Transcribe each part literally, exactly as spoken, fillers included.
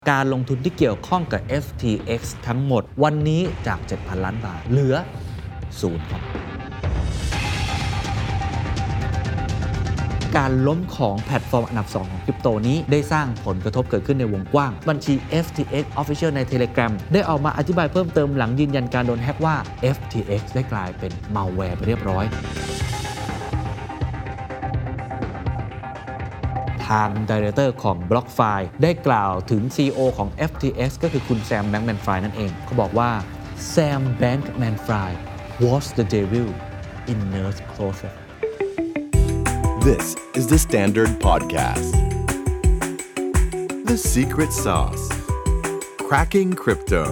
การลงทุนที่เกี่ยวข้องกับ เอฟ ที เอ็กซ์ ทั้งหมดวันนี้จาก เจ็ดพัน ล้านบาทเหลือศูนย์ครับการล้มของแพลตฟอร์มอันดับสองของคริปโตนี้ได้สร้างผลกระทบเกิดขึ้นในวงกว้างบัญชี เอฟ ที เอ็กซ์ Official ใน Telegram ได้ออกมาอธิบายเพิ่มเติมหลังยืนยันการโดนแฮกว่า เอฟ ที เอ็กซ์ ได้กลายเป็น malware ไปเรียบร้อยทาง Director ของ BlockFi ได้กล่าวถึง ซี อี โอ ของ เอฟ ที เอ็กซ์ ก็คือคุณ Sam Bankman-Fried นั่นเองเขาบอกว่า Sam Bankman-Fried was the devil in Nerd's closet. This is the Standard Podcast. The Secret Sauce. Cracking Crypto.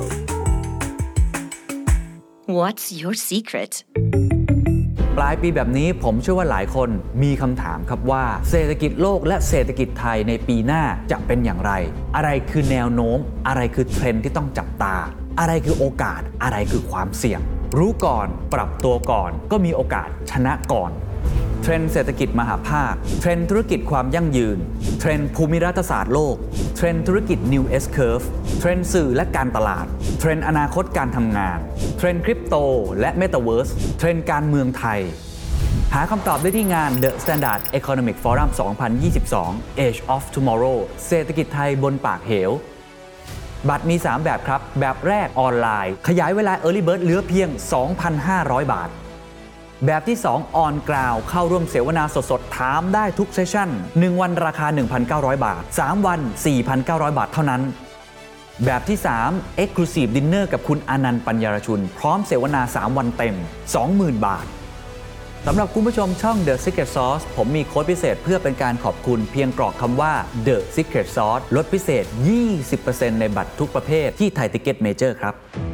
What's your secret? ปลายปีแบบนี้ผมเชื่อว่าหลายคนมีคำถามครับว่าเศรษฐกิจโลกและเศรษฐกิจไทยในปีหน้าจะเป็นอย่างไรอะไรคือแนวโน้มอะไรคือเทรนด์ที่ต้องจับตาอะไรคือโอกาสอะไรคือความเสี่ยงรู้ก่อนปรับตัวก่อนก็มีโอกาสชนะก่อนเทรนด์เศรษฐกิจมหาภาคเทรนด์ธุรกิจความยั่งยืนเทรนด์ภูมิรัฐศาสตร์โลกเทรนด์ธุรกิจ New S Curve เทรนด์สื่อและการตลาดเทรนด์อนาคตการทำงานเทรนด์คริปโตและ Metaverse เทรนด์การเมืองไทยหาคำตอบได้ที่งาน The Standard Economic Forum สองพันยี่สิบสอง Age of Tomorrow เศรษฐกิจไทยบนปากเหวบัตรมีสามแบบครับแบบแรกออนไลน์ขยายเวลา Early Bird เหลือเพียง สองพันห้าร้อย บาทแบบที่สอง On Ground เข้าร่วมเสวนาสดๆถามได้ทุกเซสชั่นหนึ่งวันราคา หนึ่งพันเก้าร้อย บาทสามวัน สี่พันเก้าร้อย บาทเท่านั้นแบบที่สาม Exclusive Dinner กับคุณอานันต์ปัญญารชุนพร้อมเสวนาสามวันเต็ม สองหมื่น บาทสำหรับคุณผู้ชมช่อง The Secret Sauce ผมมีโค้ดพิเศษเพื่อเป็นการขอบคุณเพียงกรอกคำว่า The Secret Sauce ลดพิเศษ ยี่สิบเปอร์เซ็นต์ ในบัตรทุกประเภทที่ไทยทิกเก็ตเมเจอร์ครับ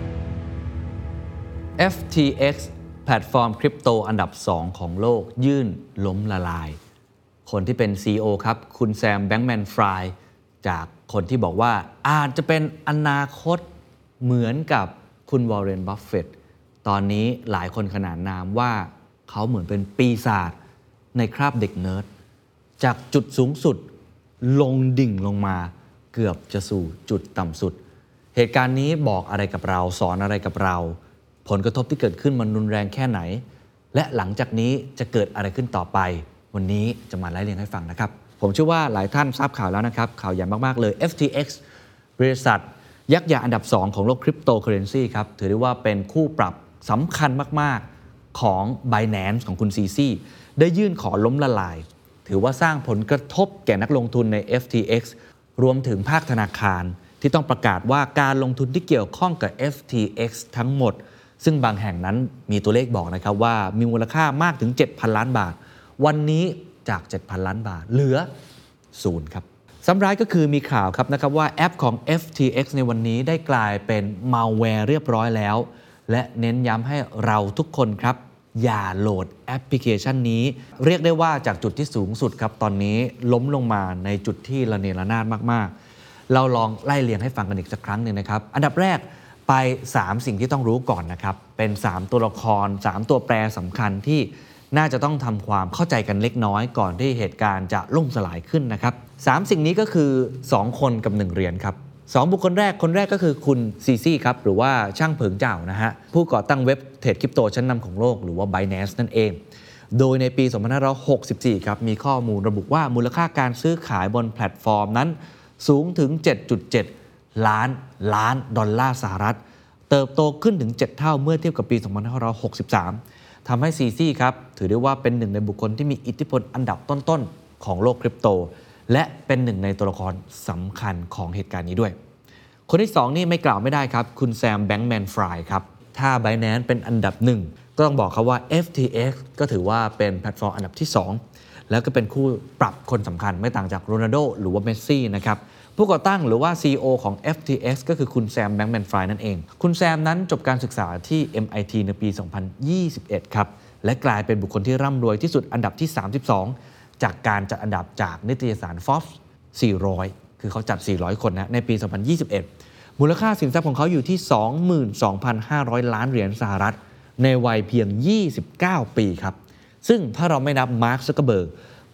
เอฟ ที เอ็กซ์ แพลตฟอร์มคริปโตอันดับสองของโลกยื่นล้มละลายคนที่เป็น ซี อี โอ ครับคุณแซม Bankman-Fried จากคนที่บอกว่าอาจจะเป็นอนาคตเหมือนกับคุณวอร์เรน บัฟเฟตต์ตอนนี้หลายคนขนานนามว่าเขาเหมือนเป็นปีศาจในคราบเด็กเนิร์ดจากจุดสูงสุดลงดิ่งลงมาเกือบจะสู่จุดต่ำสุดเหตุการณ์นี้บอกอะไรกับเราสอนอะไรกับเราผลกระทบที่เกิดขึ้นมันรุนแรงแค่ไหนและหลังจากนี้จะเกิดอะไรขึ้นต่อไปวันนี้จะมาไล่เรียงให้ฟังนะครับผมเชื่อว่าหลายท่านทราบข่าวแล้วนะครับข่าวใหญ่มากๆเลย เอฟ ที เอ็กซ์ บริษัทยักษ์ใหญ่อันดับสองของโลกคริปโตเคอเรนซีครับถือได้ว่าเป็นคู่ปรับสำคัญมากๆของ Binance ของคุณซีซี่ได้ยื่นขอล้มละลายถือว่าสร้างผลกระทบแก่นักลงทุนใน เอฟ ที เอ็กซ์ รวมถึงภาคธนาคารที่ต้องประกาศว่าการลงทุนที่เกี่ยวข้องกับ เอฟ ที เอ็กซ์ ทั้งหมดซึ่งบางแห่งนั้นมีตัวเลขบอกนะครับว่ามีมูลค่ามากถึง เจ็ดพัน ล้านบาทวันนี้จาก เจ็ดพัน ล้านบาทเหลือศูนย์ครับซ้ำร้ายก็คือมีข่าวครับนะครับว่าแอปของ เอฟ ที เอ็กซ์ ในวันนี้ได้กลายเป็น malware เรียบร้อยแล้วและเน้นย้ำให้เราทุกคนครับอย่าโหลดแอปพลิเคชันนี้เรียกได้ว่าจากจุดที่สูงสุดครับตอนนี้ล้มลงมาในจุดที่ระเนระนาดมากๆเราลองไล่เรียงให้ฟังกันอีกสักครั้งหนึ่งนะครับอันดับแรกไปสามสิ่งที่ต้องรู้ก่อนนะครับเป็นสามตัวละครสามตัวแปรสำคัญที่น่าจะต้องทำความเข้าใจกันเล็กน้อยก่อนที่เหตุการณ์จะล่มสลายขึ้นนะครับสามสิ่งนี้ก็คือสองคนกับหนึ่งเหรียญครับสองบุคคลแรกคนแรกก็คือคุณซีซี่ครับหรือว่าช่างเผิงเจ้านะฮะผู้ก่อตั้งเว็บเทรดคริปโตชั้นนำของโลกหรือว่า Binance นั่นเองโดยในปี สองพันห้าร้อยหกสิบสี่ ครับมีข้อมูลระบุว่ามูลค่าการซื้อขายบนแพลตฟอร์มนั้นสูงถึง เจ็ดจุดเจ็ด ล้านล้านดอลลาร์สหรัฐเติบโตขึ้นถึงเจ็ดเท่าเมื่อเทียบกับปี สองพันห้าร้อยหกสิบสาม ทำให้ซีซี่ครับถือได้ว่าเป็นหนึ่งในบุคคลที่มีอิทธิพลอันดับต้นๆของโลกคริปโตและเป็นหนึ่งในตัวละครสำคัญของเหตุการณ์นี้ด้วยคนที่สองนี่ไม่กล่าวไม่ได้ครับคุณแซม Bankman-Fried ครับถ้า Binance เป็นอันดับหนึ่งก็ต้องบอกครับว่า เอฟ ที เอ็กซ์ ก็ถือว่าเป็นแพลตฟอร์มอันดับที่สองแล้วก็เป็นคู่ปรับคนสำคัญไม่ต่างจากโรนัลโดหรือว่าเมสซี่นะครับผู้ก่อตั้งหรือว่า ซี อี โอ ของ เอฟ ที เอ็กซ์ ก็คือคุณแซม Bankman-Fried นั่นเองคุณแซมนั้นจบการศึกษาที่ เอ็ม ไอ ที ในปี สองพันยี่สิบเอ็ด ครับและกลายเป็นบุคคลที่ร่ำรวยที่สุดอันดับที่สามสิบสองจากการจัดอันดับจากนิตยสาร Forbes สี่ร้อยคือเขาจัดสี่ร้อยคนนะในปี สองพันยี่สิบเอ็ดมูลค่าสินทรัพย์ของเขาอยู่ที่ สองหมื่นสองพันห้าร้อย ล้านเหรียญสหรัฐในวัยเพียงยี่สิบเก้าปีครับซึ่งถ้าเราไม่นับมาร์ค ซักเคอร์เบิร์ก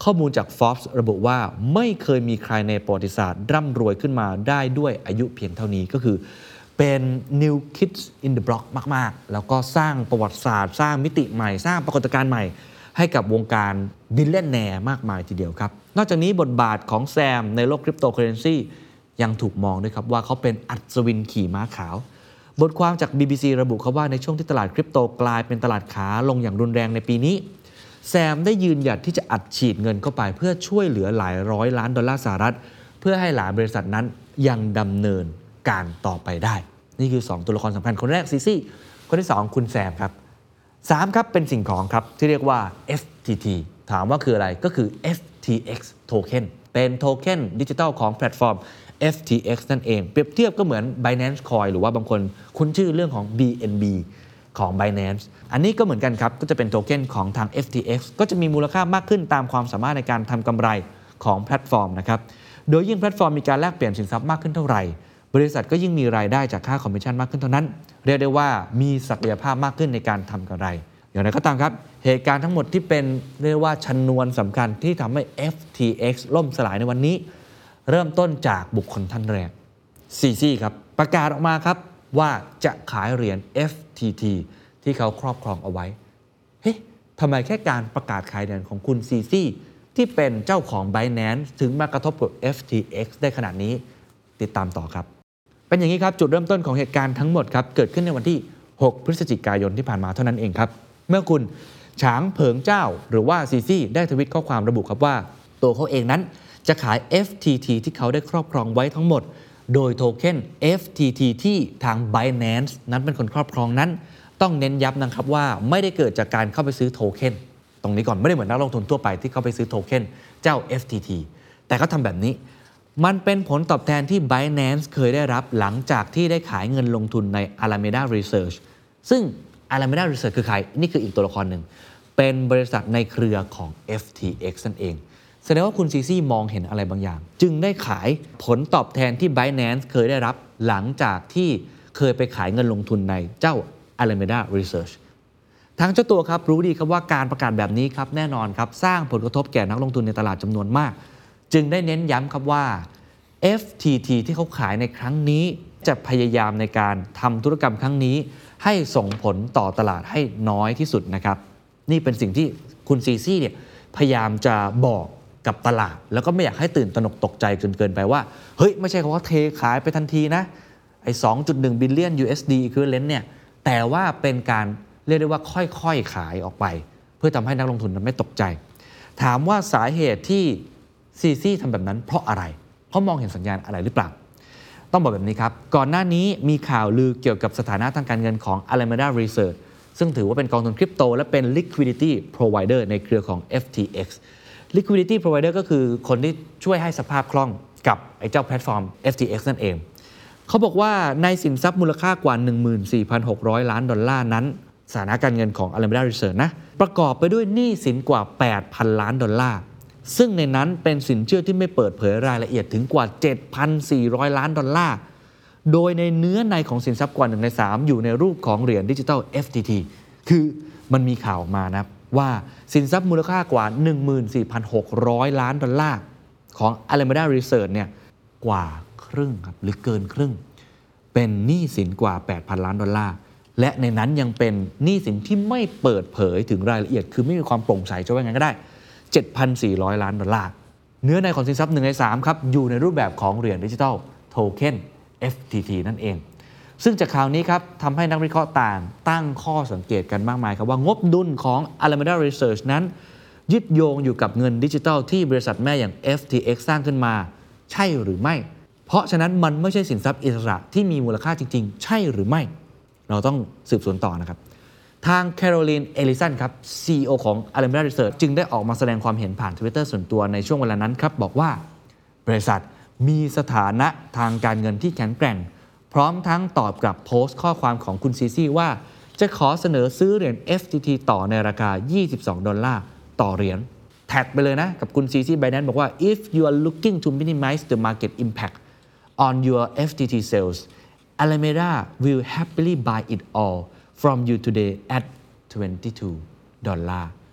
ข้อมูลจาก Forbes ระบุว่าไม่เคยมีใครในประวัติศาสตร์ร่ำรวยขึ้นมาได้ด้วยอายุเพียงเท่านี้ก็คือเป็น New Kids in the Block มากๆแล้วก็สร้างประวัติศาสตร์สร้างมิติใหม่สร้างปรากฏการณ์ใหม่ให้กับวงการบิลเลียนแนร์มากมายทีเดียวครับนอกจากนี้บทบาทของแซมในโลกคริปโตเคอเรนซียังถูกมองด้วยครับว่าเขาเป็นอัศวินขี่ม้าขาวบทความจาก บี บี ซี ระบุครับว่าในช่วงที่ตลาดคริปโตกลายเป็นตลาดขาลงอย่างรุนแรงในปีนี้แซมได้ยืนหยัดที่จะอัดฉีดเงินเข้าไปเพื่อช่วยเหลือหลายร้อยล้านดอลลาร์สหรัฐเพื่อให้หลายบริษัทนั้นยังดำเนินการต่อไปได้นี่คือสองตัวละครสำคัญคนแรกซีซี่คนที่สองคุณแซมครับสามครับเป็นสิ่งของครับที่เรียกว่า เอฟ ที ที ถามว่าคืออะไรก็คือ เอฟ ที เอ็กซ์ Token เป็นโทเค็นดิจิทัลของแพลตฟอร์ม เอฟ ที เอ็กซ์ นั่นเองเปรียบเทียบก็เหมือน Binance Coin หรือว่าบางคนคุ้นชื่อเรื่องของ บี เอ็น บี ของ Binance อันนี้ก็เหมือนกันครับก็จะเป็นโทเค็นของทาง เอฟ ที เอ็กซ์ ก็จะมีมูลค่ามากขึ้นตามความสามารถในการทำกำไรของแพลตฟอร์มนะครับโดยยิ่งแพลตฟอร์มมีการแลกเปลี่ยนสินทรัพย์มากขึ้นเท่าไหร่บริษัทก็ยิ่งมีรายได้จากค่าคอมมิชชั่นมากขึ้นเท่านั้นเรียกได้ว่ามีศักยภาพมากขึ้นในการทำกำไรอย่างไรก็ตามครับเหตุการณ์ทั้งหมดที่เป็นเรียกว่าชนวนสำคัญที่ทำให้ เอฟ ที เอ็กซ์ ล่มสลายในวันนี้เริ่มต้นจากบุคคลท่านแรกซีซี่ครับประกาศออกมาครับว่าจะขายเหรียญ เอฟ ที ที ที่เขาครอบครองเอาไว้เฮ้ยทำไมแค่การประกาศขายเหรียญของคุณซีซี่ที่เป็นเจ้าของ Binance ถึงมากระทบกับ เอฟ ที เอ็กซ์ ได้ขนาดนี้ติดตามต่อครับเป็นอย่างนี้ครับจุดเริ่มต้นของเหตุการณ์ทั้งหมดครับเกิดขึ้นในวันที่หกพฤศจิกายนที่ผ่านมาเท่านั้นเองครับเมื่อคุณฉางเผิงเจ้าหรือว่าซีซี่ได้ทวิตข้อความระบุครับว่าตัวเขาเองนั้นจะขาย เอฟ ที ที ที่เขาได้ครอบครองไว้ทั้งหมดโดยโทเค็น เอฟ ที ที ที่ทาง Binance นั้นเป็นคนครอบครองนั้นต้องเน้นย้ำนะครับว่าไม่ได้เกิดจากการเข้าไปซื้อโทเค็นตรงนี้ก่อนไม่ได้เหมือนนักลงทุนทั่วไปที่เข้าไปซื้อโทเค็นเจ้า เอฟ ที ที แต่เขาทำแบบนี้มันเป็นผลตอบแทนที่ Binance เคยได้รับหลังจากที่ได้ขายเงินลงทุนใน Alameda Research ซึ่ง Alameda Research คือใครนี่คืออีกตัวละครหนึ่งเป็นบริษัทในเครือของ เอฟ ที เอ็กซ์ นั่นเองแสดงว่าคุณซีซี่มองเห็นอะไรบางอย่างจึงได้ขายผลตอบแทนที่ Binance เคยได้รับหลังจากที่เคยไปขายเงินลงทุนในเจ้า Alameda Research ทางเจ้าตัวครับรู้ดีครับว่าการประกาศแบบนี้ครับแน่นอนครับสร้างผลกระทบแก่นักลงทุนในตลาดจำนวนมากจึงได้เน้นย้ำครับว่า เอฟ ที ที ที่เขาขายในครั้งนี้จะพยายามในการทำธุรกรรมครั้งนี้ให้ส่งผลต่อตลาดให้น้อยที่สุดนะครับนี่เป็นสิ่งที่คุณซีซี่เนี่ยพยายามจะบอกกับตลาดแล้วก็ไม่อยากให้ตื่นตระหนกตกใจจนเกินไปว่าเฮ้ยไม่ใช่เขาว่าเทขายไปทันทีนะไอ้ สองจุดหนึ่ง บิลเลียน ยู เอส ดี equivalent เนี่ยแต่ว่าเป็นการเรียกได้ว่าค่อยๆขายออกไปเพื่อทำให้นักลงทุนนั้นไม่ตกใจถามว่าสาเหตุที่ซีซี่ทำแบบนั้นเพราะอะไรเพราะมองเห็นสัญญาณอะไรหรือเปล่าต้องบอกแบบนี้ครับก่อนหน้านี้มีข่าวลือเกี่ยวกับสถานะทางการเงินของ Alameda Research ซึ่งถือว่าเป็นกองทุนคริปโตและเป็น liquidity provider ในเครือของ เอฟ ที เอ็กซ์ liquidity provider ก็คือคนที่ช่วยให้สภาพคล่องกับไอ้เจ้าแพลตฟอร์ม เอฟ ที เอ็กซ์ นั่นเองเขาบอกว่าในสินทรัพย์มูลค่ากว่า หนึ่งหมื่นสี่พันหกร้อย ล้านดอลลาร์นั้นสถานะการเงินของ Alameda Research นะประกอบไปด้วยหนี้สินกว่า แปดพัน ล้านดอลลาร์ซึ่งในนั้นเป็นสินเชื่อที่ไม่เปิดเผยรายละเอียดถึงกว่า เจ็ดพันสี่ร้อย ล้านดอลลาร์โดยในเนื้อในของสินทรัพย์กว่าหนึ่งในสามอยู่ในรูปของเหรียญดิจิทัล เอฟ ที ที คือมันมีข่าวออกมานะว่าสินทรัพย์มูลค่ากว่า หนึ่งหมื่นสี่พันหกร้อย ล้านดอลลาร์ของ Alameda Research เนี่ยกว่าครึ่งครับหรือเกินครึ่งเป็นหนี้สินกว่า แปดพัน ล้านดอลลาร์และในนั้นยังเป็นหนี้สินที่ไม่เปิดเผยถึงรายละเอียดคือไม่มีความโปร่งใสจะว่าไงก็ได้เจ็ดพันสี่ร้อย ล้านดอลลาร์เนื้อในของสินทรัพย์หนึ่งในสามครับอยู่ในรูปแบบของเหรียญดิจิทัลโทเค็น เอฟ ที ที นั่นเองซึ่งจากข่าวนี้ครับทำให้นักวิเคราะห์ต่างตั้งข้อสังเกตกันมากมายครับว่างบดุลของ Alameda Research นั้นยึดโยงอยู่กับเงินดิจิทัลที่บริษัทแม่อย่าง เอฟ ที เอ็กซ์ สร้างขึ้นมาใช่หรือไม่เพราะฉะนั้นมันไม่ใช่สินทรัพย์อิสระที่มีมูลค่าจริงๆใช่หรือไม่เราต้องสืบสวนต่อนะครับทางแคโรลีน เอลิสันครับ ซี อี โอ ของ Alameda Research จึงได้ออกมาแสดงความเห็นผ่าน Twitter ส่วนตัวในช่วงเวลานั้นครับบอกว่าบริษัทมีสถานะทางการเงินที่แข็งแกร่งพร้อมทั้งตอบกลับโพสต์ข้อความของคุณซีซี่ว่าจะขอเสนอซื้อเหรียญ เอฟ ที ที ต่อในราคายี่สิบสองดอลลาร์ต่อเหรียญแท็กไปเลยนะกับคุณซีซี่ Binance บอกว่า if you are looking to minimize the market impact on your เอฟ ที ที sales Alameda will happily buy it all from you today at ยี่สิบสองดอลลาร์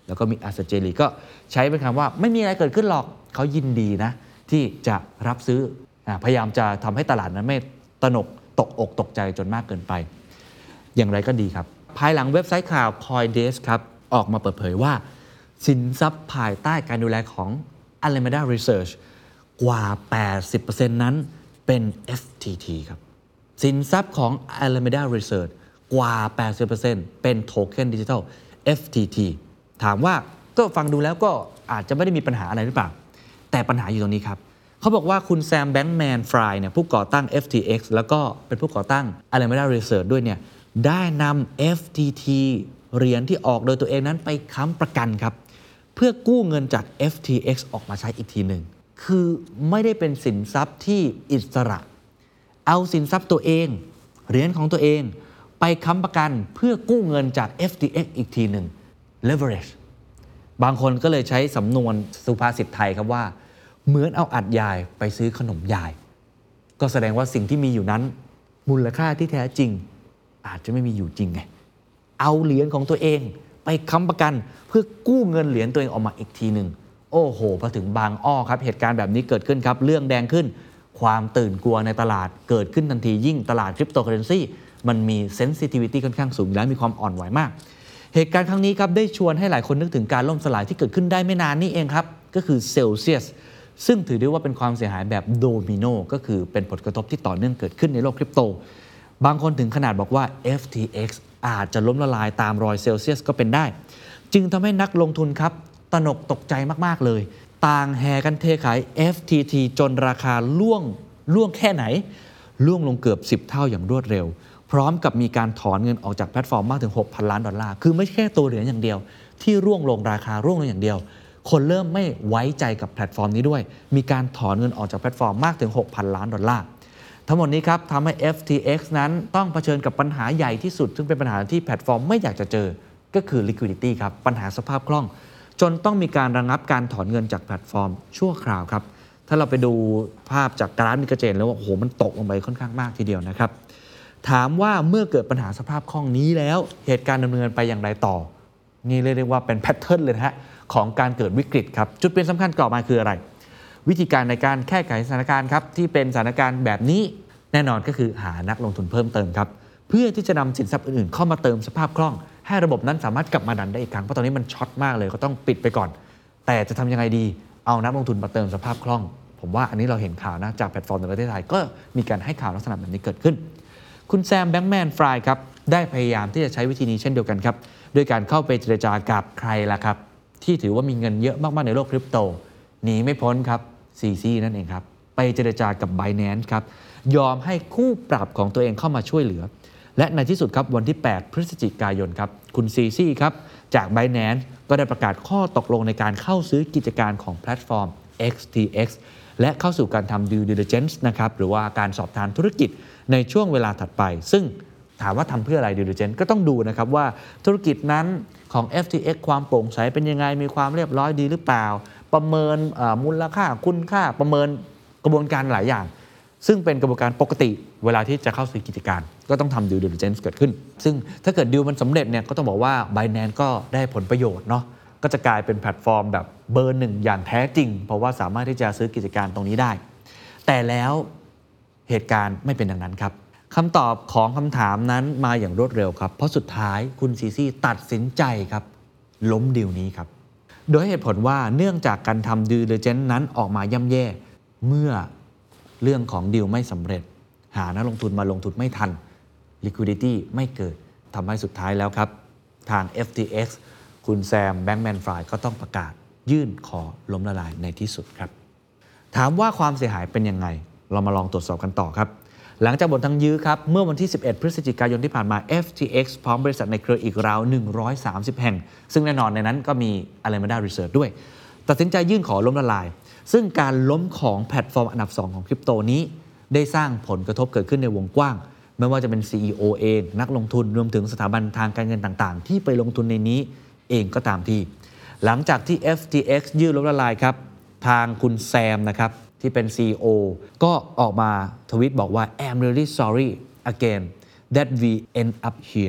แล้วก็มีอาซาเจลีก็ใช้เป็นคำว่าไม่มีอะไรเกิดขึ้นหรอกเขายินดีนะที่จะรับซื้อพยายามจะทำให้ตลาดนั้นไม่ตระหนกตกอกตกใจจนมากเกินไปอย่างไรก็ดีครับภายหลังเว็บไซต์ข่าว CoinDesk ครับออกมาเปิดเผยว่าสินทรัพย์ภายใต้การดูแลของ Alameda Research กว่า แปดสิบเปอร์เซ็นต์ นั้นเป็น เอฟ ที ที ครับสินทรัพย์ของ Alameda Research กว่า แปดสิบเปอร์เซ็นต์ เป็นโทเค็นดิจิทัล เอฟ ที ที ถามว่าก็ฟังดูแล้วก็อาจจะไม่ได้มีปัญหาอะไรหรือเปล่าแต่ปัญหาอยู่ตรงนี้ครับเขาบอกว่าคุณแซมแบงค์แมนฟรายเนี่ยผู้ก่อตั้ง เอฟ ที เอ็กซ์ แล้วก็เป็นผู้ก่อตั้ง Alameda Research ด้วยเนี่ยได้นำ เอฟ ที ที เหรียญที่ออกโดยตัวเองนั้นไปค้ำประกันครับเพื่อกู้เงินจาก เอฟ ที เอ็กซ์ ออกมาใช้อีกทีหนึ่งคือไม่ได้เป็นสินทรัพย์ที่อิสระเอาสินทรัพย์ตัวเองเหรียญของตัวเองไปค้ำประกันเพื่อกู้เงินจาก เอฟ ที เอ็กซ์ อีกทีหนึ่ง leverage บางคนก็เลยใช้สำนวนสุภาษิตไทยครับว่าเหมือนเอาอัดยายไปซื้อขนมยายก็แสดงว่าสิ่งที่มีอยู่นั้นมูลค่าที่แท้จริงอาจจะไม่มีอยู่จริงไงเอาเหรียญของตัวเองไปค้ำประกันเพื่อกู้เงินเหรียญตัวเองออกมาอีกทีหนึ่งโอ้โหพอถึงบางอ้อครับเหตุการณ์แบบนี้เกิดขึ้นครับเรื่องแดงขึ้นความตื่นกลัวในตลาดเกิดขึ้นทันทียิ่งตลาดคริปโตเคอเรนซีมันมีเซนซิทิวิตี้ค่อนข้างสูงและมีความอ่อนไหวมากเหตุการณ์ครั้งนี้ครับได้ชวนให้หลายคนนึกถึงการล่มสลายที่เกิดขึ้นได้ไม่นานนี่เองครับก็คือเซลเซียสซึ่งถือได้ว่าเป็นความเสียหายแบบโดมิโนก็คือเป็นผลกระทบที่ต่อเนื่องเกิดขึ้นในโลกคริปโตบางคนถึงขนาดบอกว่า เอฟ ที เอ็กซ์ อาจจะล้มละลายตามรอยเซลเซียสก็เป็นได้จึงทำให้นักลงทุนครับตระหนกตกใจมากๆเลยต่างแห่กันเทขาย เอฟ ที ที จนราคาล่วงล่วงแค่ไหนล่วงลงเกือบสิบเท่าอย่างรวดเร็วพร้อมกับมีการถอนเงินออกจากแพลตฟอร์มมากถึง หกพัน ล้านดอลลาร์คือไม่ใช่แค่ตัวเหรียญอย่างเดียวที่ร่วงลงราคาร่วงลงอย่างเดียวคนเริ่มไม่ไว้ใจกับแพลตฟอร์มนี้ด้วยมีการถอนเงินออกจากแพลตฟอร์มมากถึง หกพัน ล้านดอลลาร์ทั้งหมดนี้ครับทำให้ เอฟ ที เอ็กซ์ นั้นต้องเผชิญกับปัญหาใหญ่ที่สุดซึ่งเป็นปัญหาที่แพลตฟอร์มไม่อยากจะเจอก็คือ liquidity ครับปัญหาสภาพคล่องจนต้องมีการระงับการถอนเงินจากแพลตฟอร์มชั่วคราวครับถ้าเราไปดูภาพจากกราฟนี่ก็จะเห็นแล้วว่าโอ้โหมันตกลงไปค่อนข้างมากทีเดียวนะครับถามว่าเมื่อเกิดปัญหาสภาพคล่องนี้แล้วเหตุการณ์ดำเนินไปอย่างไรต่อนี่เรียกได้ว่าเป็นแพทเทิร์นเลยนะฮะของการเกิดวิกฤตครับจุดเปลี่ยนสำคัญต่อมาคืออะไรวิธีการในการแก้ไขสถานการณ์ครับที่เป็นสถานการณ์แบบนี้แน่นอนก็คือหานักลงทุนเพิ่มเติมครับเพื่อที่จะนำสินทรัพย์อื่นๆเข้ามาเติมสภาพคล่องให้ระบบนั้นสามารถกลับมาดันได้อีกครั้งเพราะตอนนี้มันช็อตมากเลยก็ต้องปิดไปก่อนแต่จะทำยังไงดีเอานักลงทุนมาเติมสภาพคล่องผมว่าอันนี้เราเห็นข่าวนะจากแพลตฟอร์มในประเทศไทยก็มีการให้ข่าวลักษณะแบบนี้เกิดขึ้นคุณแซมแบงค์แมนฟรายครับได้พยายามที่จะใช้วิธีนี้เช่นเดียวกันครับโดยการเข้าไปเจรจากับใครล่ะครับที่ถือว่ามีเงินเยอะมากๆในโลกคริปโตหนีไม่พ้นครับ ซี ซี นั่นเองครับไปเจรจากับ Binance ครับยอมให้คู่ปรับของตัวเองเข้ามาช่วยเหลือและในที่สุดครับวันที่แปดพฤศจิกายนครับคุณ ซี ซี ครับจาก Binance ก็ได้ประกาศข้อตกลงในการเข้าซื้อกิจการของแพลตฟอร์ม เอ็กซ์ ที เอ็กซ์ และเข้าสู่การทำ due diligence นะครับหรือว่าการสอบทานธุรกิจในช่วงเวลาถัดไปซึ่งถามว่าทำเพื่ออะไร due diligence ก็ต้องดูนะครับว่าธุรกิจนั้นของ เอฟ ที เอ็กซ์ ความโปร่งใสเป็นยังไงมีความเรียบร้อยดีหรือเปล่าประเมินมูลค่าคุณค่าประเมินกระบวนการหลายอย่างซึ่งเป็นกระบวนการปกติเวลาที่จะเข้าซื้อกิจการก็ต้องทำ due diligence เกิดขึ้นซึ่งถ้าเกิดดีลมันสำเร็จเนี่ยก็ต้องบอกว่า Binance ก็ได้ผลประโยชน์เนาะก็จะกลายเป็นแพลตฟอร์มแบบเบอร์หนึ่งอย่างแท้จริงเพราะว่าสามารถที่จะซื้อกิจการตรงนี้ได้แต่แล้วเหตุการณ์ไม่เป็นดังนั้นครับคำตอบของคำถามนั้นมาอย่างรวดเร็วครับเพราะสุดท้ายคุณซีซีตัดสินใจครับล้มดีลนี้ครับโดยเหตุผลว่าเนื่องจากการทำ due diligence นั้นออกมาย่ำแย่เมื่อเรื่องของดีลไม่สำเร็จหานักลงทุนมาลงทุนไม่ทัน liquidity ไม่เกิดทำให้สุดท้ายแล้วครับทาง เอฟ ที เอ็กซ์ คุณแซมแบงค์แมนฟรายก็ต้องประกาศยื่นขอล้มละลายในที่สุดครับถามว่าความเสียหายเป็นยังไงเรามาลองตรวจสอบกันต่อครับหลังจากบททั้งยื้อครับเมื่อวันที่สิบเอ็ดพฤศจิกายนที่ผ่านมา เอฟ ที เอ็กซ์ พร้อมบริษัทในเครืออีกราวหนึ่งร้อยสามสิบแห่งซึ่งแน่นอนในนั้นก็มี Alameda Research ด้วยตัดสินใจยื่นขอล้มละลายซึ่งการล้มของแพลตฟอร์มอันดับสองของคริปโตนี้ได้สร้างผลกระทบเกิดขึ้นในวงกว้างไม่ว่าจะเป็น ซี อี โอ เองนักลงทุนรวมถึงสถาบันทางการเงินต่างๆที่ไปลงทุนในนี้เองก็ตามทีหลังจากที่ เอฟ ที เอ็กซ์ ยื่นล้มละลายครับทางคุณแซมนะครับที่เป็น ซี อี โอ ก็ออกมาทวีตบอกว่า I'm really sorry again that we end up here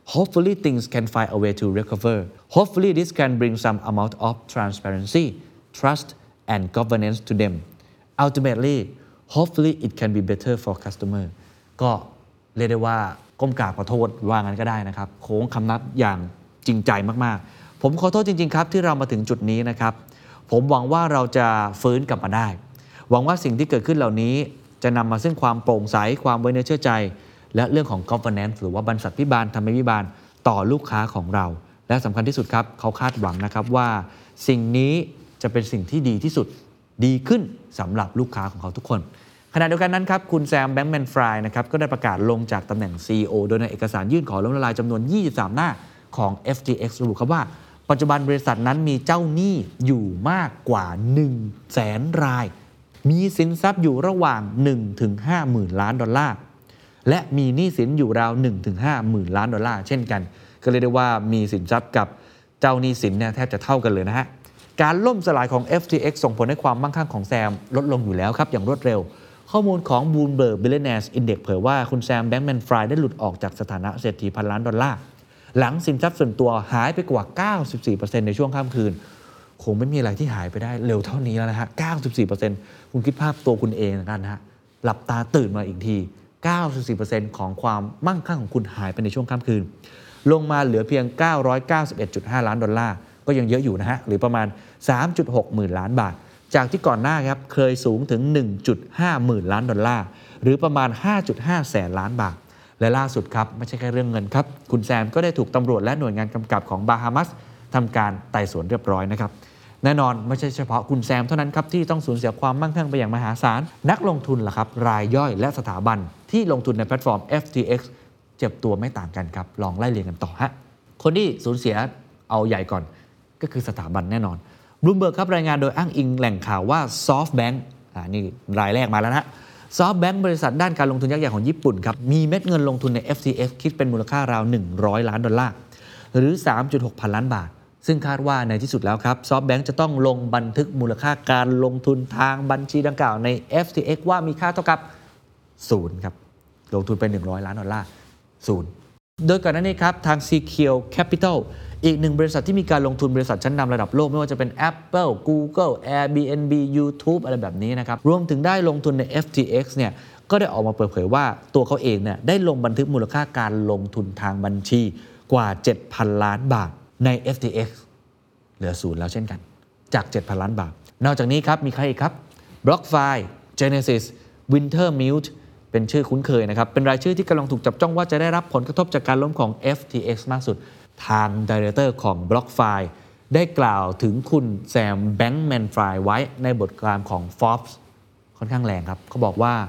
hopefully things can find a way to recover hopefully this can bring some amount of transparency trust and governance to them ultimately hopefully it can be better for customer ก็เรียกได้ว่าก้มกราบขอโทษว่างั้นก็ได้นะครับโค้งคำนับอย่างจริงใจมากๆผมขอโทษจริงๆครับที่เรามาถึงจุดนี้นะครับผมหวังว่าเราจะฟื้นกลับมาได้หวังว่าสิ่งที่เกิดขึ้นเหล่านี้จะนำมาซึ่งความโปร่งใสความไว้เนื้อเชื่อใจและเรื่องของ governance หรือว่าบรรษัทพิบาลธรรมพิบาลต่อลูกค้าของเราและสำคัญที่สุดครับเขาคาดหวังนะครับว่าสิ่งนี้จะเป็นสิ่งที่ดีที่สุดดีขึ้นสำหรับลูกค้าของเขาทุกคนขณะเดียวกันนั้นครับคุณแซมแบงค์แมนฟรายนะครับก็ได้ประกาศลงจากตำแหน่ง ซี อี โอ โดยในเอกสารยื่นขอล้มละลายจำนวนยี่สิบสามหน้าของ เอฟ ที เอ็กซ์ ระบุครับว่าปัจจุบันบริษัทนั้นมีเจ้าหนี้อยู่มากกว่า หนึ่งแสน รายมีสินทรัพย์อยู่ระหว่าง หนึ่งถึงห้าหมื่น ล้านดอลลาร์และมีหนี้สินอยู่ราว หนึ่งถึงห้าหมื่น ล้านดอลลาร์เช่นกันก็เรียกได้ว่ามีสินทรัพย์กับเจ้าหนี้สินเนี่ยแทบจะเท่ากันเลยนะฮะการล่มสลายของ เอฟ ที เอ็กซ์ ส่งผลให้ความมั่งคั่งของแซมลดลงอยู่แล้วครับอย่างรวดเร็วข้อมูลของ Bloomberg Billionaires Index เผยว่าคุณแซมแบงค์แมนฟรายได้หลุดออกจากสถานะเศรษฐีพันล้านดอลลาร์หลังสินทรัพย์ส่วนตัวหายไปกว่า เก้าสิบสี่เปอร์เซ็นต์ ในช่วงค่ำคืนคงไม่มีอะไรที่หายไปได้เร็วเท่านี้แล้วนะฮะ เก้าสิบสี่เปอร์เซ็นต์ คุณคิดภาพตัวคุณเองนะฮะหลับตาตื่นมาอีกที เก้าสิบสี่เปอร์เซ็นต์ ของความมั่งคั่งของคุณหายไปในช่วงค่ำคืนลงมาเหลือเพียง เก้าร้อยเก้าสิบเอ็ดจุดห้า ล้านดอลลาร์ก็ยังเยอะอยู่นะฮะหรือประมาณ สามจุดหก หมื่นล้านบาทจากที่ก่อนหน้าครับเคยสูงถึง หนึ่งจุดห้า หมื่นล้านดอลลาร์หรือประมาณ ห้าจุดห้า แสนล้านบาทและล่าสุดครับไม่ใช่แค่เรื่องเงินครับคุณแซมก็ได้ถูกตำรวจและหน่วยงานกำกับของบาฮามัสทำการไต่สวนเรียบร้อยนะครับแน่นอนไม่ใช่เฉพาะคุณแซมเท่านั้นครับที่ต้องสูญเสียความมั่งคั่งไปอย่างมหาศาลนักลงทุนล่ะครับรายย่อยและสถาบันที่ลงทุนในแพลตฟอร์ม เอฟ ที เอ็กซ์ เจ็บตัวไม่ต่างกันครับลองไล่เรียงกันต่อฮะคนที่สูญเสียเอาใหญ่ก่อนก็คือสถาบันแน่นอน Bloomberg ครับรายงานโดยอ้างอิงแหล่งข่าวว่า SoftBank อ่านี่รายแรกมาแล้วนะ SoftBank บริษัทด้านการลงทุนยักษ์ใหญ่ของญี่ปุ่นครับมีเม็ดเงินลงทุนใน เอฟ ที เอ็กซ์ คิดเป็นมูลค่าราวหนึ่งร้อยล้านดอลลาร์หรือ สามจุดหก พันล้านบาทซึ่งคาดว่าในที่สุดแล้วครับ SoftBank จะต้องลงบันทึกมูลค่าการลงทุนทางบัญชีดังกล่าวใน เอฟ ที เอ็กซ์ ว่ามีค่าเท่ากับศูนย์ครับลงทุนไปหนึ่งร้อยล้านดอลลาร์ศูนย์โดยก่อนหน้านี้ครับทาง Secure Capital อีกหนึ่งบริษัทที่มีการลงทุนบริษัทชั้นนำระดับโลกไม่ว่าจะเป็น Apple Google Airbnb YouTube อะไรแบบนี้นะครับรวมถึงได้ลงทุนใน เอฟ ที เอ็กซ์ เนี่ยก็ได้ออกมาเปิดเผยว่าตัวเขาเองเนี่ยได้ลงบันทึกมูลค่าการลงทุนทางบัญชีกว่า เจ็ดพัน ล้านบาทใน เอฟ ที เอ็กซ์ เหลือศูนย์แล้วเช่นกันจาก เจ็ดพัน ล้านบาทนอกจากนี้ครับมีใครอีกครับ BlockFi Genesis Wintermute เป็นชื่อคุ้นเคยนะครับเป็นรายชื่อที่กำลังถูกจับจ้องว่าจะได้รับผลกระทบจากการล้มของ เอฟ ที เอ็กซ์ มากสุดทาง Director ของ BlockFi ได้กล่าวถึงคุณแซมแบงค์แมนฟรายไว้ในบทความของ Forbes ค่อนข้างแรงครับเขาบอกว่า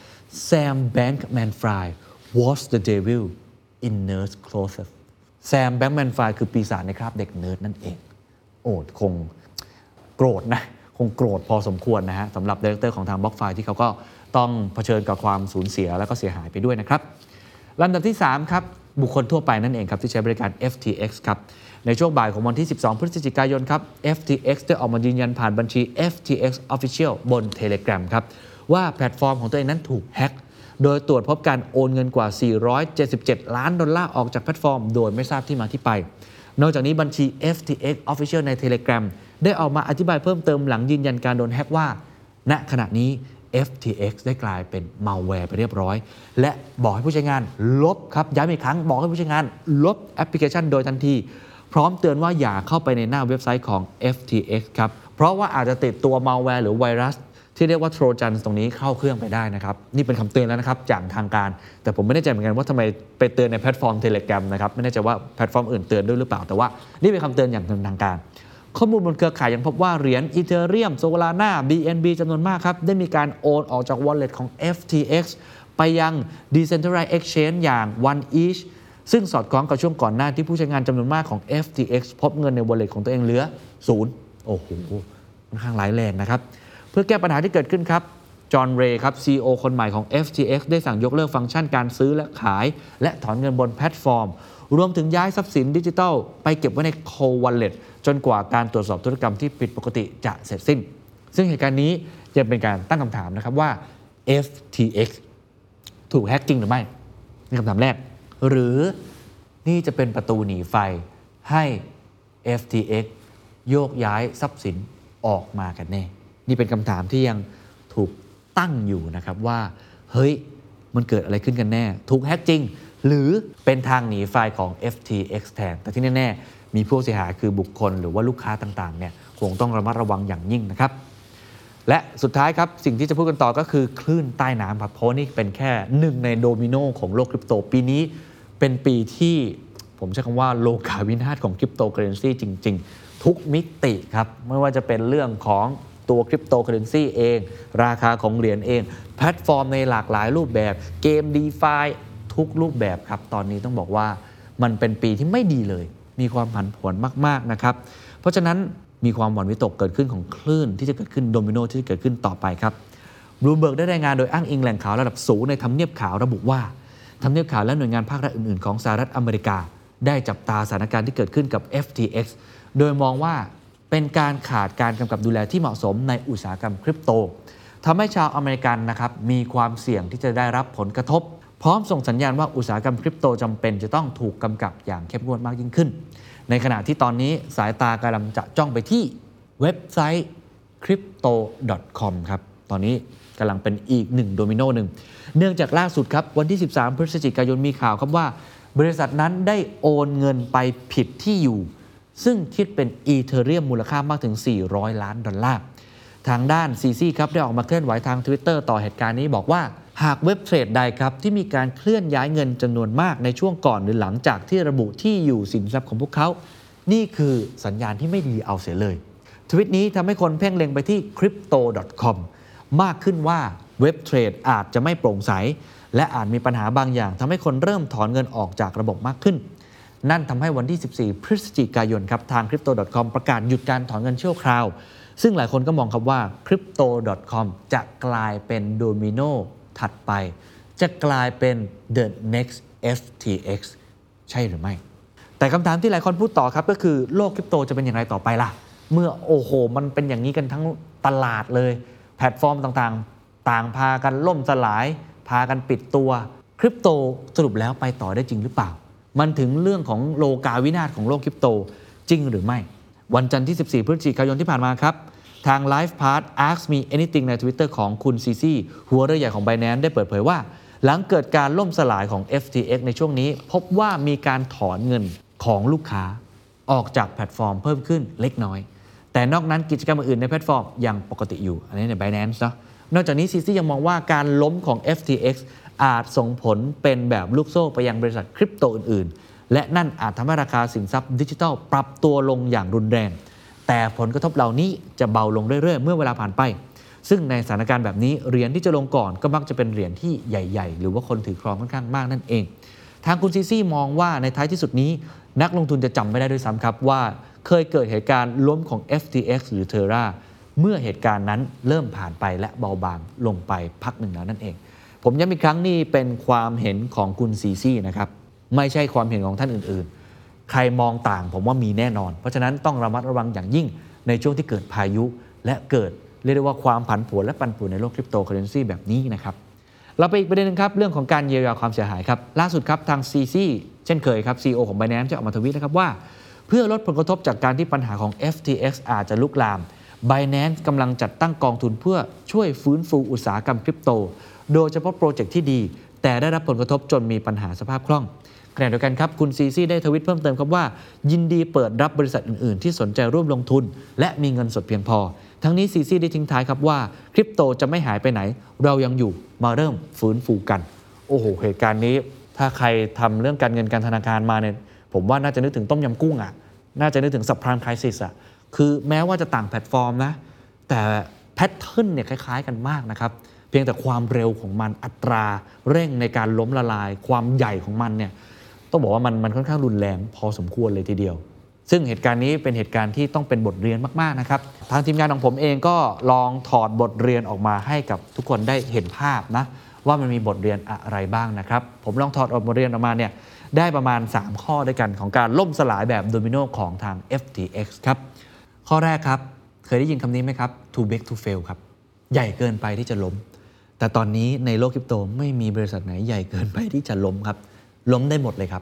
Sam Bankman-Fried was the devil in nerd's closet แซมแบงค์แมนฟรายคือปีศาจในคราบเด็กเนิร์ดนั่นเองโอ้คงโกรธนะคงโกรธพอสมควรนะฮะสำหรับ Director ของทาง BlockFi ที่เขาก็ต้องเผชิญกับความสูญเสียและก็เสียหายไปด้วยนะครับลำดับที่สามครับบุคคลทั่วไปนั่นเองครับที่ใช้บริการ เอฟ ที เอ็กซ์ ครับในช่วงบ่ายของวันที่สิบสองพฤศจิกายนครับ เอฟ ที เอ็กซ์ ได้ออกมายืนยันผ่านบัญชี เอฟ ที เอ็กซ์ Official บน Telegram ครับว่าแพลตฟอร์มของตัวเองนั้นถูกแฮ็กโดยตรวจพบการโอนเงินกว่าสี่ร้อยเจ็ดสิบเจ็ดล้านดอลลาร์ออกจากแพลตฟอร์มโดยไม่ทราบที่มาที่ไปนอกจากนี้บัญชี เอฟ ที เอ็กซ์ Official ใน Telegram ได้ออกมาอธิบายเพิ่มเติมหลังยืนยันการโดนแฮ็กว่าณขณะนี้เอฟ ที เอ็กซ์ ได้กลายเป็นมัลแวร์ไปเรียบร้อยและบอกให้ผู้ใช้งานลบครับย้ำอีกครั้งบอกให้ผู้ใช้งานลบแอปพลิเคชันโดยทันทีพร้อมเตือนว่าอย่าเข้าไปในหน้าเว็บไซต์ของ เอฟ ที เอ็กซ์ ครับเพราะว่าอาจจะติดตัวมัลแวร์หรือไวรัสที่เรียกว่าโทรจันตรงนี้เข้าเครื่องไปได้นะครับนี่เป็นคำเตือนแล้วนะครับจากทางการแต่ผมไม่แน่ใจเหมือนกันว่าทำไมไปเตือนในแพลตฟอร์ม Telegram นะครับไม่แน่ใจว่าแพลตฟอร์มอื่นเตือนด้วยหรือเปล่าแต่ว่านี่เป็นคำเตือนอย่างเป็นทางการข้อมูลบนเครือข่ายยังพบว่าเหรียญ Ethereum Solana บี เอ็น บี จำนวนมากครับได้มีการโอนออกจาก wallet ของ เอฟ ที เอ็กซ์ ไปยัง Decentralized Exchange อย่าง OneEach ซึ่งสอดคล้องกับช่วงก่อนหน้าที่ผู้ใช้งานจำนวนมากของ เอฟ ที เอ็กซ์ พบเงินใน wallet ของตัวเองเหลือศูนย์โอ้โหค่อนข้างร้ายแรงนะครับเพื่อแก้ปัญหาที่เกิดขึ้นครับจอห์นเรย์ครับ ซี อี โอ คนใหม่ของ เอฟ ที เอ็กซ์ ได้สั่งยกเลิกฟังก์ชันการซื้อและขายและถอนเงินบนแพลตฟอร์มรวมถึงย้ายทรัพย์สินดิจิทัลไปเก็บไว้ใน Cold Wallet จนกว่าการตรวจสอบธุรกรรมที่ผิดปกติจะเสร็จสิ้นซึ่งเหตุการณ์นี้ยังเป็นการตั้งคำถามนะครับว่า เอฟ ที เอ็กซ์ ถูกแฮ็กจริงหรือไม่นี่คำถามแรกหรือนี่จะเป็นประตูหนีไฟให้ เอฟ ที เอ็กซ์ โยกย้ายทรัพย์สินออกมากันแน่นี่เป็นคำถามที่ยังถูกตั้งอยู่นะครับว่าเฮ้ยมันเกิดอะไรขึ้นกันแน่ถูกแฮ็กจริงหรือเป็นทางหนีไฟของ เอฟ ที เอ็กซ์ แทนแต่ที่แน่ๆมีผู้เสียหายคือบุคคลหรือว่าลูกค้าต่างๆเนี่ยคงต้องระมัดระวังอย่างยิ่งนะครับและสุดท้ายครับสิ่งที่จะพูดกันต่อก็คือคลื่นใต้น้ำครับเพราะนี่เป็นแค่หนึ่งในโดมิโนของโลกคริปโตปีนี้เป็นปีที่ผมใช้คำว่าโลกาวินาศของคริปโตเคอเรนซีจริงๆทุกมิติครับไม่ว่าจะเป็นเรื่องของตัวคริปโตเคอเรนซีเองราคาของเหรียญเองแพลตฟอร์มในหลากหลายรูปแบบเกม DeFi ทุกรูปแบบครับตอนนี้ต้องบอกว่ามันเป็นปีที่ไม่ดีเลยมีความผันผวนมากๆนะครับเพราะฉะนั้นมีความหวั่นวิตกเกิดขึ้นของคลื่นที่จะเกิดขึ้นโดมิโนที่จะเกิดขึ้นต่อไปครับบลูมเบิร์กได้รายงานโดยอ้างอิงแหล่งข่าวระดับสูงในทำเนียบขาวระบุว่าทำเนียบขาวและหน่วยงานภาครัฐอื่นๆของสหรัฐอเมริกาได้จับตาสถานการณ์ที่เกิดขึ้นกับ เอฟ ที เอ็กซ์ โดยมองว่าเป็นการขาดการกำกับดูแลที่เหมาะสมในอุตสาหกรรมคริปโตทำให้ชาวอเมริกันนะครับมีความเสี่ยงที่จะได้รับผลกระทบพร้อมส่งสัญญาณว่าอุตสาหกรรมคริปโตจำเป็นจะต้องถูกกำกับอย่างเข้มงวดมากยิ่งขึ้นในขณะที่ตอนนี้สายตากำลังจะจ้องไปที่เว็บไซต์ คริปโต ดอท คอม ครับตอนนี้กำลังเป็นอีกหนึ่งโดมิโนหนึ่งเนื่องจากล่าสุดครับวันที่สิบสามพฤศจิกายนมีข่าวครับว่าบริษัทนั้นได้โอนเงินไปผิดที่อยู่ซึ่งคิดเป็นอีเธเรียมมูลค่ามากถึงสี่ร้อยล้านดอลลาร์ทางด้าน ซี ซี ครับได้ออกมาเคลื่อนไหวทาง Twitter ต่อเหตุการณ์นี้บอกว่าหากเว็บเทรดใดครับที่มีการเคลื่อนย้ายเงินจำนวนมากในช่วงก่อนหรือหลังจากที่ระบุที่อยู่สินทรัพย์ของพวกเขานี่คือสัญญาณที่ไม่ดีเอาเสียเลยทวิตนี้ทำให้คนเพ่งเล็งไปที่ คริปโต ดอท คอม มากขึ้นว่าเว็บเทรดอาจจะไม่โปร่งใสและอาจมีปัญหาบางอย่างทำให้คนเริ่มถอนเงินออกจากระบบมากขึ้นนั่นทำให้วันที่สิบสี่พฤศจิกายนครับทาง คริปโต ดอท คอม ประกาศหยุดการถอนเงินชั่วคราวซึ่งหลายคนก็มองครับว่า คริปโต ดอท คอม จะกลายเป็นโดมิโนถัดไปจะกลายเป็น the next เอฟ ที เอ็กซ์ ใช่หรือไม่แต่คำถามที่หลายคนพูดต่อครับก็คือโลกคริปโตจะเป็นอย่างไรต่อไปล่ะเมื่อโอ้โหมันเป็นอย่างนี้กันทั้งตลาดเลยแพลตฟอร์มต่างๆต่างพากันล่มสลายพากันปิดตัวคริปโตสรุปแล้วไปต่อได้จริงหรือเปล่ามันถึงเรื่องของโลกาวินาศของโลกคริปโตจริงหรือไม่วันจันทร์ที่สิบสี่พฤศจิกายนที่ผ่านมาครับทาง LivePath Ask Me Anything ใน Twitter ของคุณซีซี่หัวเรือใหญ่ของ Binance ได้เปิดเผยว่าหลังเกิดการล่มสลายของ เอฟ ที เอ็กซ์ ในช่วงนี้พบว่ามีการถอนเงินของลูกค้าออกจากแพลตฟอร์มเพิ่มขึ้นเล็กน้อยแต่นอกนั้นกิจกรรมอื่นในแพลตฟอร์มยังปกติอยู่อันนี้ใน Binance เนาะนอกจากนี้ซีซี่ยังมองว่าการล้มของ เอฟ ที เอ็กซ์ อาจส่งผลเป็นแบบลูกโซ่ไปยังบริษัทคริปโตอื่นๆและนั่นอาจทำให้ราคาสินทรัพย์ดิจิทัลปรับตัวลงอย่างรุนแรงแต่ผลกระทบเหล่านี้จะเบาลงเรื่อยๆเมื่อเวลาผ่านไปซึ่งในสถานการณ์แบบนี้เหรียญที่จะลงก่อนก็มักจะเป็นเหรียญที่ใหญ่ๆหรือว่าคนถือครองค่อนข้างมากนั่นเองทางคุณซีซี่มองว่าในท้ายที่สุดนี้นักลงทุนจะจำไม่ได้ด้วยซ้ำครับว่าเคยเกิดเหตุการณ์ล้มของ เอฟ ที เอ็กซ์ หรือ Terra เมื่อเหตุการณ์นั้นเริ่มผ่านไปและเบาบางลงไปพักหนึ่งแล้วนั่นเองผมย้ำอีกครั้งนี่เป็นความเห็นของคุณซีซี่นะครับไม่ใช่ความเห็นของท่านอื่นๆใครมองต่างผมว่ามีแน่นอนเพราะฉะนั้นต้องระมัดระวังอย่างยิ่งในช่วงที่เกิดพายุและเกิดเรียกได้ว่าความผันผวนและปั่นป่วนในโลกคริปโตเคอเรนซีแบบนี้นะครับเราไปอีกประเด็นนึงครับเรื่องของการเยียวยาความเสียหายครับล่าสุดครับทาง ซี ซี เช่นเคยครับ ซี อี โอ ของ Binance จะออกมาทวีตนะครับว่าเพื่อลดผลกระทบจากการที่ปัญหาของ เอฟ ที เอ็กซ์ อาจจะลุกลาม Binance กำลังจัดตั้งกองทุนเพื่อช่วยฟื้นฟูอุตสาหกรรมคริปโตโดยเฉพาะโปรเจกต์ที่ดีแต่ได้รับผลกระทบจนมีปัญหาสภาพคล่องขณะเดียวกันครับคุณซีซี่ได้ทวิตเพิ่มเติมครับว่ายินดีเปิดรับบริษัทอื่นๆที่สนใจร่วมลงทุนและมีเงินสดเพียงพอทั้งนี้ซีซี่ได้ทิ้งท้ายครับว่าคริปโตจะไม่หายไปไหนเรายังอยู่มาเริ่มฟื้นฟูกันโอ้โหเหตุการณ์นี้ถ้าใครทำเรื่องการเงินการธนาคารมาเนี่ยผมว่าน่าจะนึกถึงต้มยำกุ้งอ่ะน่าจะนึกถึงซับไพรม์ไครซิสอ่ะคือแม้ว่าจะต่างแพลตฟอร์มนะแต่แพทเทิร์นเนี่ยคล้ายๆกันมากนะครับเพียงแต่ความเร็วของมันอัตราเร่งในการล้มละลายความใหญ่ของมันเนี่ยต้องบอกว่ามันมันค่อนข้างรุนแรงพอสมควรเลยทีเดียวซึ่งเหตุการณ์นี้เป็นเหตุการณ์ที่ต้องเป็นบทเรียนมากๆนะครับทางทีมงานของผมเองก็ลองถอดบทเรียนออกมาให้กับทุกคนได้เห็นภาพนะว่ามันมีบทเรียนอะไรบ้างนะครับผมลองถอดบทเรียนออกมาเนี่ยได้ประมาณสามข้อด้วยกันของการล่มสลายแบบโดมิโนของทาง เอฟ ที เอ็กซ์ ครับข้อแรกครับเคยได้ยินคำนี้ไหมครับ too big to fail ครับใหญ่เกินไปที่จะล้มแต่ตอนนี้ในโลกคริปโตไม่มีบริษัทไหนใหญ่เกินไปที่จะล้มครับล้มได้หมดเลยครับ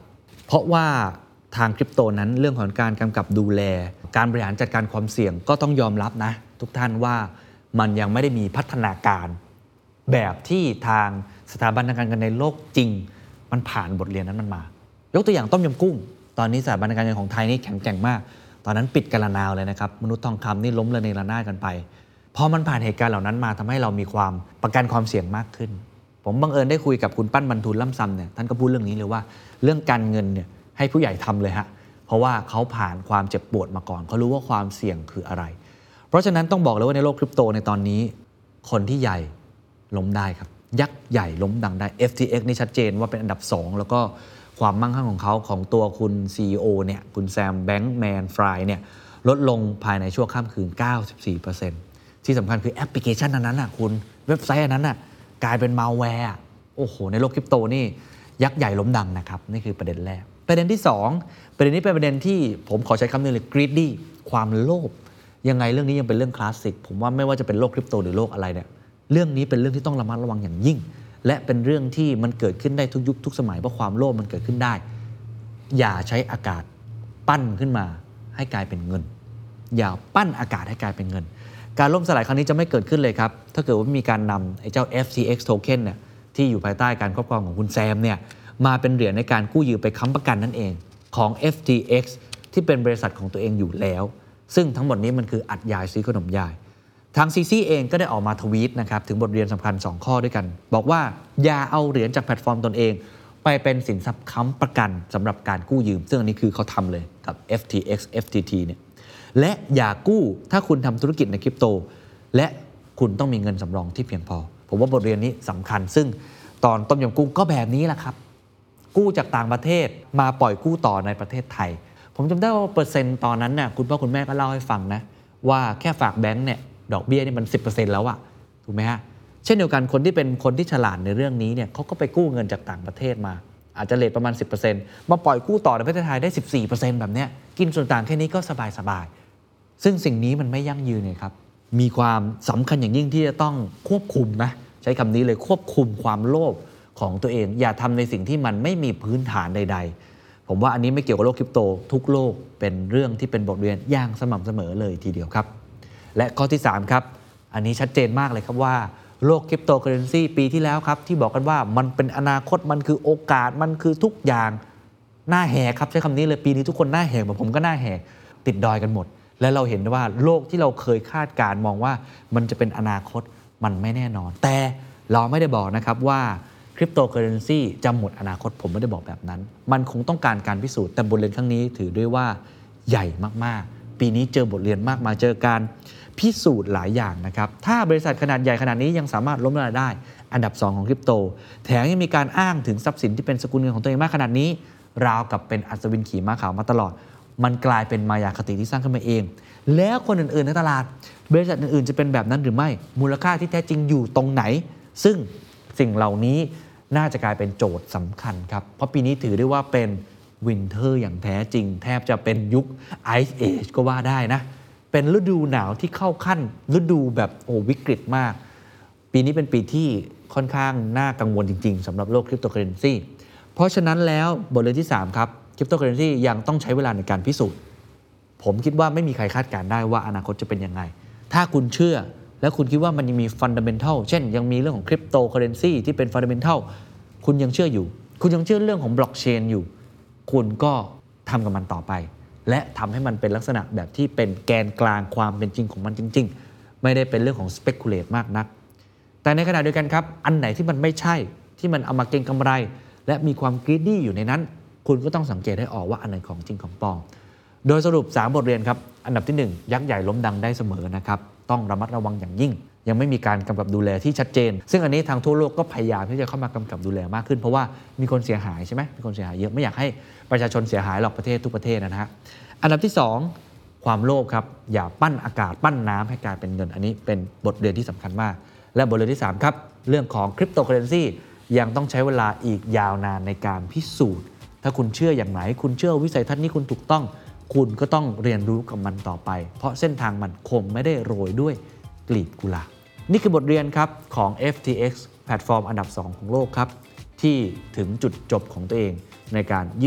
เพราะว่าทางคริปโตนั้นเรื่องของการกำกับดูแลการบริหารจัดการความเสี่ยงก็ต้องยอมรับนะทุกท่านว่ามันยังไม่ได้มีพัฒนาการแบบที่ทางสถาบันทางการเงินในโลกจริงมันผ่านบทเรียนนั้นมันมายกตัวอย่างต้มยำกุ้งตอนนี้สถาบันทางการเงินของไทยนี่แข็งแกร่งมากตอนนั้นปิดกาลนาวเลยนะครับมนุษย์ทองคำนี่ล้มระเนระนาดกันไปพอมันผ่านเหตุการณ์เหล่านั้นมาทำให้เรามีความประกันความเสี่ยงมากขึ้นผมบังเอิญได้คุยกับคุณปั้นบรรทุนล่ำซำเนี่ยท่านก็พูดเรื่องนี้เลยว่าเรื่องการเงินเนี่ยให้ผู้ใหญ่ทำเลยฮะเพราะว่าเขาผ่านความเจ็บปวดมาก่อนเขารู้ว่าความเสี่ยงคืออะไรเพราะฉะนั้นต้องบอกเลยว่าในโลกคริปโตในตอนนี้คนที่ใหญ่ล้มได้ครับยักษ์ใหญ่ล้มดังได้ เอฟ ที เอ็กซ์ นี่ชัดเจนว่าเป็นอันดับสองแล้วก็ความมั่งคั่งของเขาของตัวคุณ ซี อี โอ เนี่ยคุณแซมแบงค์แมนฟรายเนี่ยลดลงภายในชั่วข้ามคืน เก้าสิบสี่เปอร์เซ็นต์ ที่สำคัญคือแอปพลิเคชันนั้นน่ะคุณเว็บไซต์อันนั้นน่ะกลายเป็นมัลแวร์โอ้โหในโลกคริปโตนี่ยักษ์ใหญ่ล้มดังนะครับนี่คือประเด็นแรกประเด็นที่สองประเด็นนี้เป็นประเด็นที่ผมขอใช้คำนึงเลย greedy ความโลภยังไงเรื่องนี้ยังเป็นเรื่องคลาสสิกผมว่าไม่ว่าจะเป็นโลกคริปโตหรือโลกอะไรเนี่ยเรื่องนี้เป็นเรื่องที่ต้องระมัดระวังอย่างยิ่งและเป็นเรื่องที่มันเกิดขึ้นได้ทุกยุคทุกสมัยเพราะความโลภมันเกิดขึ้นได้อย่าใช้อากาศปั้นขึ้นมาให้กลายเป็นเงินอย่าปั้นอากาศให้กลายเป็นเงินการล่มสลายครั้งนี้จะไม่เกิดขึ้นเลยครับถ้าเกิดว่ามีการนำไอ้เจ้า เอฟ ที เอ็กซ์ token เนี่ยที่อยู่ภายใต้การครอบครองของคุณแซมเนี่ยมาเป็นเหรียญในการกู้ยืมไปค้ำประกันนั่นเองของ เอฟ ที เอ็กซ์ ที่เป็นบริษัทของตัวเองอยู่แล้วซึ่งทั้งหมดนี้มันคืออัดยายซื้อขนมยายทาง ซี ซี เองก็ได้ออกมาทวีตนะครับถึงบทเรียนสำคัญสองข้อด้วยกันบอกว่าอย่าเอาเหรียญจากแพลตฟอร์มตนเองไปเป็นสินทรัพย์ค้ำประกันสำหรับการกู้ยืมซึ่งอันนี้คือเขาทำเลยกับ เอฟ ที เอ็กซ์ เอฟ ที ที เนี่ยและอย่ากู้ถ้าคุณทำธุรกิจในคริปโตและคุณต้องมีเงินสำรองที่เพียงพอผมว่าบทเรียนนี้สำคัญซึ่งตอนต้มยำกุ้งก็แบบนี้แหละครับกู้จากต่างประเทศมาปล่อยกู้ต่อในประเทศไทยผมจำได้ว่าเปอร์เซ็นต์ตอนนั้นน่ะคุณพ่อคุณแม่ก็เล่าให้ฟังนะว่าแค่ฝากแบงค์เนี่ยดอกเบี้ยนี่มัน สิบเปอร์เซ็นต์ แล้วอะถูกไหมฮะเช่นเดียวกันคนที่เป็นคนที่ฉลาดในเรื่องนี้เนี่ยเขาก็ไปกู้เงินจากต่างประเทศมาอาจจะเรทประมาณ สิบเปอร์เซ็นต์ มาปล่อยกู้ต่อในประเทศไทยได้ สิบสี่เปอร์เซ็นต์ แบบเนี้ยกินส่วนต่างแค่นี้ก็สบายๆซึ่งสิ่งนี้มันไม่ยั่งยืนเลยครับมีความสำคัญอย่างยิ่งที่จะต้องควบคุมนะใช้คำนี้เลยควบคุมความโลภของตัวเองอย่าทำในสิ่งที่มันไม่มีพื้นฐานใดๆผมว่าอันนี้ไม่เกี่ยวกับโลกคริปโตทุกโลกเป็นเรื่องที่เป็นบทเรียนอย่างสม่ำเสมอเลยทีเดียวครับและข้อที่สามครับอันนี้ชัดเจนมากเลยครับว่าโลกคริปโตเคอเรนซีปีที่แล้วครับที่บอกกันว่ามันเป็นอนาคตมันคือโอกาสมันคือทุกอย่างหน้าแหกครับใช้คำนี้เลยปีนี้ทุกคนหน้าแหกแบบผมก็หน้าแหกติดดอยกันหมดและเราเห็นว่าโลกที่เราเคยคาดการณ์มองว่ามันจะเป็นอนาคตมันไม่แน่นอนแต่เราไม่ได้บอกนะครับว่าคริปโตเคอเรนซีจะหมดอนาคตผมไม่ได้บอกแบบนั้นมันคงต้องการการพิสูจน์แต่บทเรียนครั้งนี้ถือด้วยว่าใหญ่มากๆปีนี้เจอบทเรียนมากมาเจอการพิสูจน์หลายอย่างนะครับถ้าบริษัทขนาดใหญ่ขนาดนี้ยังสามารถล้มละลายได้อันดับสองของคริปโตแถมยังมีการอ้างถึงทรัพย์สินที่เป็นสกุลเงินของตัวเองมากขนาดนี้ราวกับเป็นอัศวินขี่ม้าขาวมาตลอดมันกลายเป็นมายาคติที่สร้างขึ้นมาเองแล้วคนอื่นๆในตลาดบริษัทอื่นๆจะเป็นแบบนั้นหรือไม่มูลค่าที่แท้จริงอยู่ตรงไหนซึ่งสิ่งเหล่านี้น่าจะกลายเป็นโจทย์สำคัญครับเพราะปีนี้ถือได้ว่าเป็นวินเทอร์อย่างแท้จริงแทบจะเป็นยุคไอซ์เอจก็ว่าได้นะเป็นฤดูหนาวที่เข้าขั้นฤดูแบบโอ้วิกฤตมากปีนี้เป็นปีที่ค่อนข้างน่ากังวลจริงๆสำหรับโลกคริปโตเคอเรนซีเพราะฉะนั้นแล้วบทเรียนที่สามครับคริปโตเคอเรนซียังต้องใช้เวลาในการพิสูจน์ผมคิดว่าไม่มีใครคาดการณ์ได้ว่าอนาคตจะเป็นยังไงถ้าคุณเชื่อและคุณคิดว่ามันยังมีฟันดัมเมนทัลเช่นยังมีเรื่องของคริปโตเคอเรนซีที่เป็นฟันดัมเมนทัลคุณยังเชื่ออยู่คุณยังเชื่อเรื่องของบล็อกเชนอยู่คุณก็ทำกับมันต่อไปและทำให้มันเป็นลักษณะแบบที่เป็นแกนกลางความเป็นจริงของมันจริงๆไม่ได้เป็นเรื่องของ speculate มากนักแต่ในขณะเดียวกันครับอันไหนที่มันไม่ใช่ที่มันเอามาเก็งกำไรและมีความ greedy อยู่ในนั้นคุณก็ต้องสังเกตให้ออกว่าอันไหนของจริงของปลอมโดยสรุปสามบทเรียนครับอันดับที่หนึ่งยักษ์ใหญ่ล้มดังได้เสมอนะครับต้องระมัดระวังอย่างยิ่งยังไม่มีการกำกับดูแลที่ชัดเจนซึ่งอันนี้ทางทั่วโลกก็พยายามที่จะเข้ามากำกับดูแลมากขึ้นเพราะว่ามีคนเสียหายใช่ไหมมีคนเสียหายเยอะไม่อยากให้ประชาชนเสียหายหรอกประเทศทุกประเทศนะฮะอันดับที่สองความโลภครับอย่าปั้นอากาศปั้นน้ำให้กลายเป็นเงินอันนี้เป็นบทเรียนที่สำคัญมากและบทเรียนที่สามครับเรื่องของคริปโตเคอเรนซียังต้องใช้เวลาอีกยาวนานในการพิสูจน์ถ้าคุณเชื่ออย่างไหนคุณเชื่อวิสัยทัศน์นี้คุณถูกต้องคุณก็ต้องเรียนรู้กับมันต่อไปเพราะเส้นทางมันคงไม่ได้โรยด้วยกลีบกุหลาบนี่คือบทเรียนครับของ เอฟ ที เอ็กซ์ แพลตฟอร์มอันดับสองของโลกครับที่ถึงจุดจบของตัวเองในการยื่น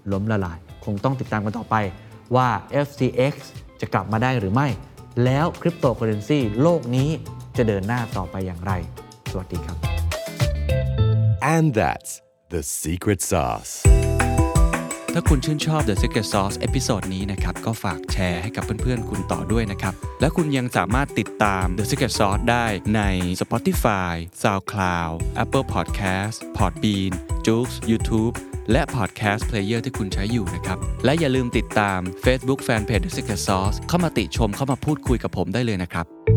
ล้มละลายคงต้องติดตามกันต่อไปว่า เอฟ ที เอ็กซ์ จะกลับมาได้หรือไม่แล้วคริปโตเคอเรนซีโลกนี้จะเดินหน้าต่อไปอย่างไรสวัสดีครับ And that's the secret sauce. ถ้าคุณชื่นชอบ The Secret Sauce เอพิโซดนี้นะครับก็ฝากแชร์ให้กับเพื่อนๆคุณต่อด้วยนะครับและคุณยังสามารถติดตาม The Secret Sauce ได้ใน Spotify, SoundCloud, Apple Podcast, Podbean, Joox, YouTube และ Podcast Player ที่คุณใช้อยู่นะครับและอย่าลืมติดตาม Facebook Fanpage The Secret Sauce เข้ามาติชมเข้ามาพูดคุยกับผมได้เลยนะครับ